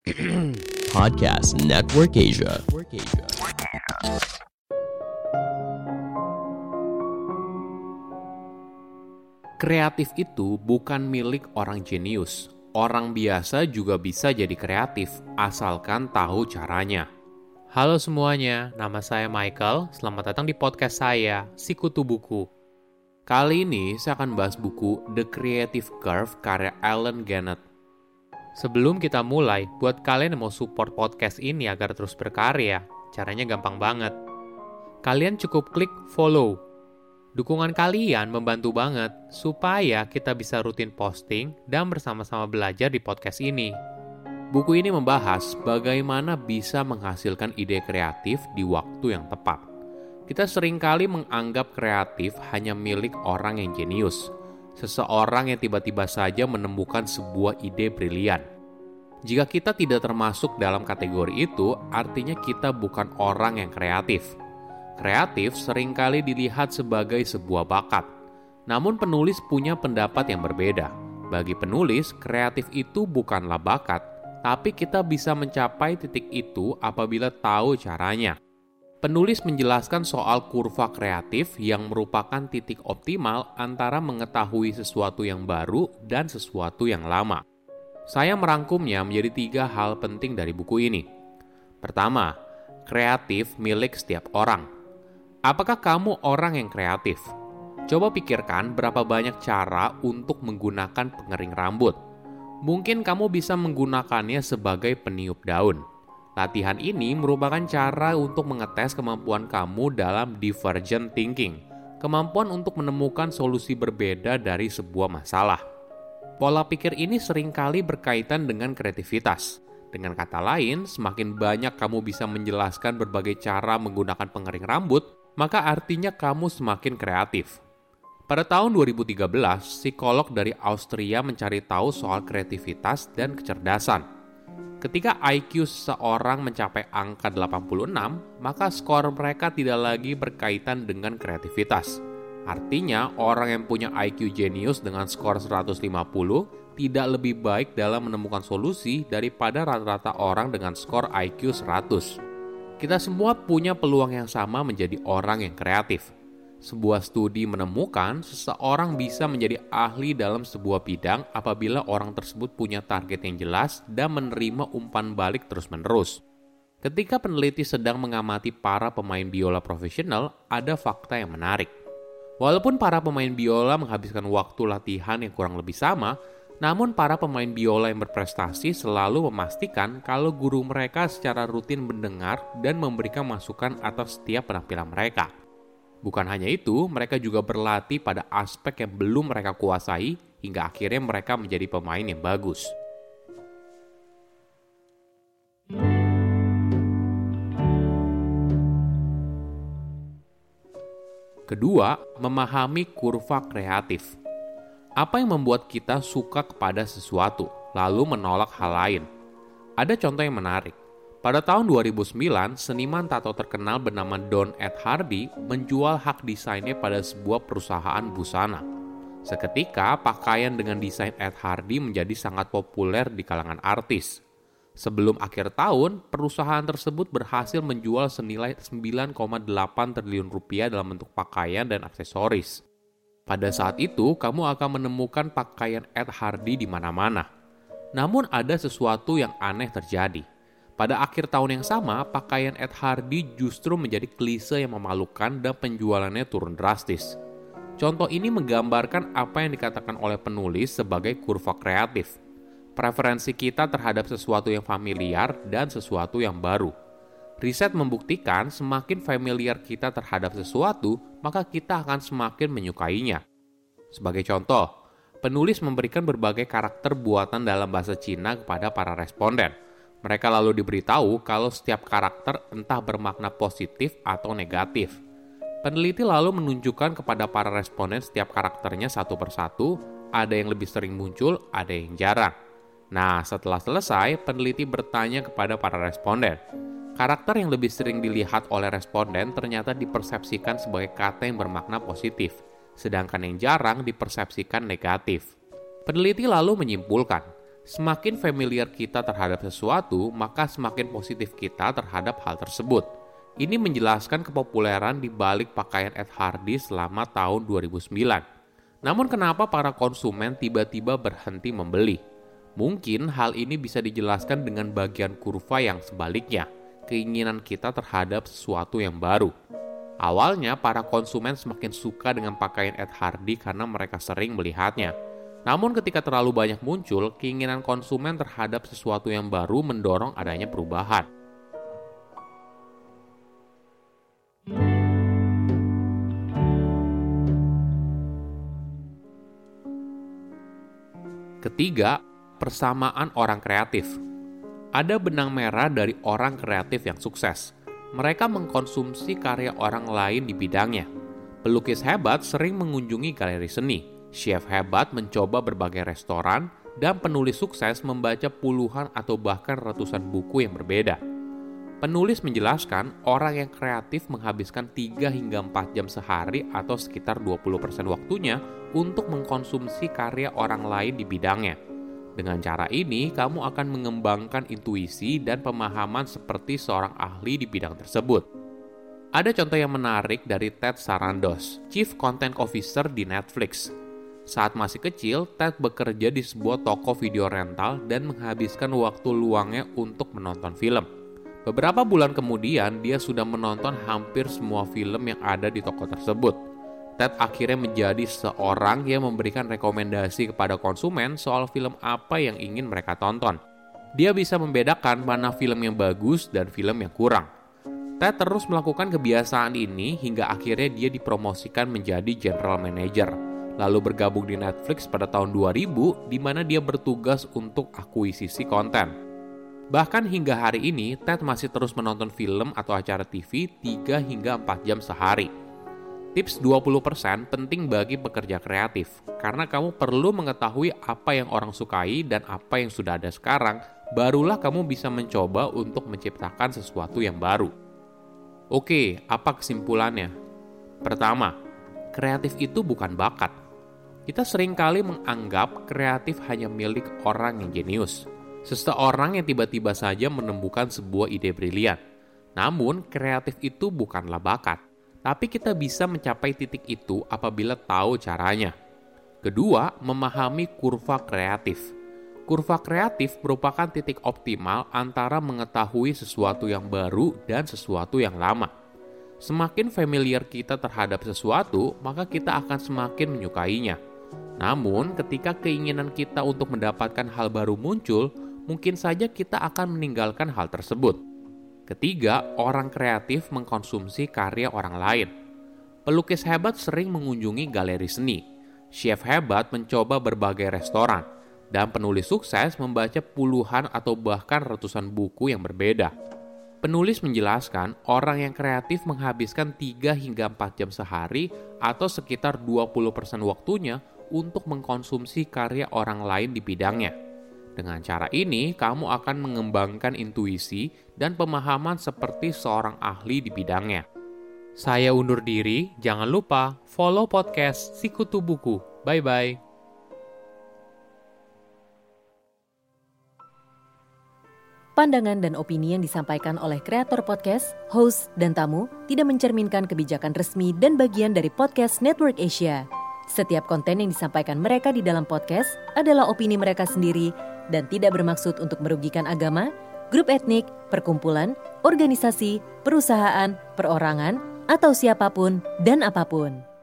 Podcast Network Asia. Kreatif itu bukan milik orang jenius. Orang biasa juga bisa jadi kreatif, asalkan tahu caranya. Halo semuanya, nama saya Michael. Selamat datang di podcast saya, Sikutu Buku. Kali ini saya akan bahas buku The Creative Curve karya Allen Gannett. Sebelum kita mulai, buat kalian yang mau support podcast ini agar terus berkarya, caranya gampang banget. Kalian cukup klik follow. Dukungan kalian membantu banget supaya kita bisa rutin posting dan bersama-sama belajar di podcast ini. Buku ini membahas bagaimana bisa menghasilkan ide kreatif di waktu yang tepat. Kita seringkali menganggap kreatif hanya milik orang yang jenius. Seseorang yang tiba-tiba saja menemukan sebuah ide brilian. Jika kita tidak termasuk dalam kategori itu, artinya kita bukan orang yang kreatif. Kreatif seringkali dilihat sebagai sebuah bakat. Namun penulis punya pendapat yang berbeda. Bagi penulis, kreatif itu bukanlah bakat, tapi kita bisa mencapai titik itu apabila tahu caranya. Penulis menjelaskan soal kurva kreatif yang merupakan titik optimal antara mengetahui sesuatu yang baru dan sesuatu yang lama. Saya merangkumnya menjadi 3 hal penting dari buku ini. Pertama, kreatif milik setiap orang. Apakah kamu orang yang kreatif? Coba pikirkan berapa banyak cara untuk menggunakan pengering rambut. Mungkin kamu bisa menggunakannya sebagai peniup daun. Latihan ini merupakan cara untuk mengetes kemampuan kamu dalam divergent thinking, kemampuan untuk menemukan solusi berbeda dari sebuah masalah. Pola pikir ini seringkali berkaitan dengan kreativitas. Dengan kata lain, semakin banyak kamu bisa menjelaskan berbagai cara menggunakan pengering rambut, maka artinya kamu semakin kreatif. Pada tahun 2013, psikolog dari Austria mencari tahu soal kreativitas dan kecerdasan. Ketika IQ seseorang mencapai angka 86, maka skor mereka tidak lagi berkaitan dengan kreativitas. Artinya, orang yang punya IQ jenius dengan skor 150 tidak lebih baik dalam menemukan solusi daripada rata-rata orang dengan skor IQ 100. Kita semua punya peluang yang sama menjadi orang yang kreatif. Sebuah studi menemukan seseorang bisa menjadi ahli dalam sebuah bidang apabila orang tersebut punya target yang jelas dan menerima umpan balik terus-menerus. Ketika peneliti sedang mengamati para pemain biola profesional, ada fakta yang menarik. Walaupun para pemain biola menghabiskan waktu latihan yang kurang lebih sama, namun para pemain biola yang berprestasi selalu memastikan kalau guru mereka secara rutin mendengar dan memberikan masukan atas setiap penampilan mereka. Bukan hanya itu, mereka juga berlatih pada aspek yang belum mereka kuasai hingga akhirnya mereka menjadi pemain yang bagus. Kedua, memahami kurva kreatif. Apa yang membuat kita suka kepada sesuatu, lalu menolak hal lain? Ada contoh yang menarik. Pada tahun 2009, seniman tato terkenal bernama Don Ed Hardy menjual hak desainnya pada sebuah perusahaan busana. Seketika, pakaian dengan desain Ed Hardy menjadi sangat populer di kalangan artis. Sebelum akhir tahun, perusahaan tersebut berhasil menjual senilai 9,8 triliun rupiah dalam bentuk pakaian dan aksesoris. Pada saat itu, kamu akan menemukan pakaian Ed Hardy di mana-mana. Namun ada sesuatu yang aneh terjadi. Pada akhir tahun yang sama, pakaian Ed Hardy justru menjadi klise yang memalukan dan penjualannya turun drastis. Contoh ini menggambarkan apa yang dikatakan oleh penulis sebagai kurva kreatif. Preferensi kita terhadap sesuatu yang familiar dan sesuatu yang baru. Riset membuktikan semakin familiar kita terhadap sesuatu, maka kita akan semakin menyukainya. Sebagai contoh, penulis memberikan berbagai karakter buatan dalam bahasa Cina kepada para responden. Mereka lalu diberitahu kalau setiap karakter entah bermakna positif atau negatif. Peneliti lalu menunjukkan kepada para responden setiap karakternya satu persatu, ada yang lebih sering muncul, ada yang jarang. Nah, setelah selesai, peneliti bertanya kepada para responden. Karakter yang lebih sering dilihat oleh responden ternyata dipersepsikan sebagai kata yang bermakna positif, sedangkan yang jarang dipersepsikan negatif. Peneliti lalu menyimpulkan, Semakin familiar kita terhadap sesuatu, maka semakin positif kita terhadap hal tersebut. Ini menjelaskan kepopuleran di balik pakaian Ed Hardy selama tahun 2009. Namun kenapa para konsumen tiba-tiba berhenti membeli? Mungkin hal ini bisa dijelaskan dengan bagian kurva yang sebaliknya, keinginan kita terhadap sesuatu yang baru. Awalnya para konsumen semakin suka dengan pakaian Ed Hardy karena mereka sering melihatnya. Namun ketika terlalu banyak muncul, keinginan konsumen terhadap sesuatu yang baru mendorong adanya perubahan. Ketiga, persamaan orang kreatif. Ada benang merah dari orang kreatif yang sukses. Mereka mengkonsumsi karya orang lain di bidangnya. Pelukis hebat sering mengunjungi galeri seni. Chef hebat mencoba berbagai restoran, dan penulis sukses membaca puluhan atau bahkan ratusan buku yang berbeda. Penulis menjelaskan orang yang kreatif menghabiskan 3 hingga 4 jam sehari atau sekitar 20% waktunya untuk mengkonsumsi karya orang lain di bidangnya. Dengan cara ini, kamu akan mengembangkan intuisi dan pemahaman seperti seorang ahli di bidang tersebut. Ada contoh yang menarik dari Ted Sarandos, Chief Content Officer di Netflix. Saat masih kecil, Ted bekerja di sebuah toko video rental dan menghabiskan waktu luangnya untuk menonton film. Beberapa bulan kemudian, dia sudah menonton hampir semua film yang ada di toko tersebut. Ted akhirnya menjadi seorang yang memberikan rekomendasi kepada konsumen soal film apa yang ingin mereka tonton. Dia bisa membedakan mana film yang bagus dan film yang kurang. Ted terus melakukan kebiasaan ini hingga akhirnya dia dipromosikan menjadi general manager. Lalu bergabung di Netflix pada tahun 2000, di mana dia bertugas untuk akuisisi konten. Bahkan hingga hari ini, Ted masih terus menonton film atau acara TV 3 hingga 4 jam sehari. Tips 20% penting bagi pekerja kreatif, karena kamu perlu mengetahui apa yang orang sukai dan apa yang sudah ada sekarang, barulah kamu bisa mencoba untuk menciptakan sesuatu yang baru. Oke, apa kesimpulannya? Pertama, kreatif itu bukan bakat. Kita seringkali menganggap kreatif hanya milik orang yang jenius. Seseorang yang tiba-tiba saja menemukan sebuah ide brilian. Namun, kreatif itu bukanlah bakat. Tapi kita bisa mencapai titik itu apabila tahu caranya. Kedua, memahami kurva kreatif. Kurva kreatif merupakan titik optimal antara mengetahui sesuatu yang baru dan sesuatu yang lama. Semakin familiar kita terhadap sesuatu, maka kita akan semakin menyukainya. Namun, ketika keinginan kita untuk mendapatkan hal baru muncul, mungkin saja kita akan meninggalkan hal tersebut. Ketiga, orang kreatif mengkonsumsi karya orang lain. Pelukis hebat sering mengunjungi galeri seni. Chef hebat mencoba berbagai restoran. Dan penulis sukses membaca puluhan atau bahkan ratusan buku yang berbeda. Penulis menjelaskan orang yang kreatif menghabiskan 3 hingga 4 jam sehari atau sekitar 20% waktunya untuk mengkonsumsi karya orang lain di bidangnya. Dengan cara ini, kamu akan mengembangkan intuisi dan pemahaman seperti seorang ahli di bidangnya. Saya undur diri, jangan lupa follow podcast Sikutu Buku. Bye-bye. Pandangan dan opini yang disampaikan oleh kreator podcast, host, dan tamu tidak mencerminkan kebijakan resmi dan bagian dari podcast Network Asia. Setiap konten yang disampaikan mereka di dalam podcast adalah opini mereka sendiri dan tidak bermaksud untuk merugikan agama, grup etnik, perkumpulan, organisasi, perusahaan, perorangan, atau siapapun dan apapun.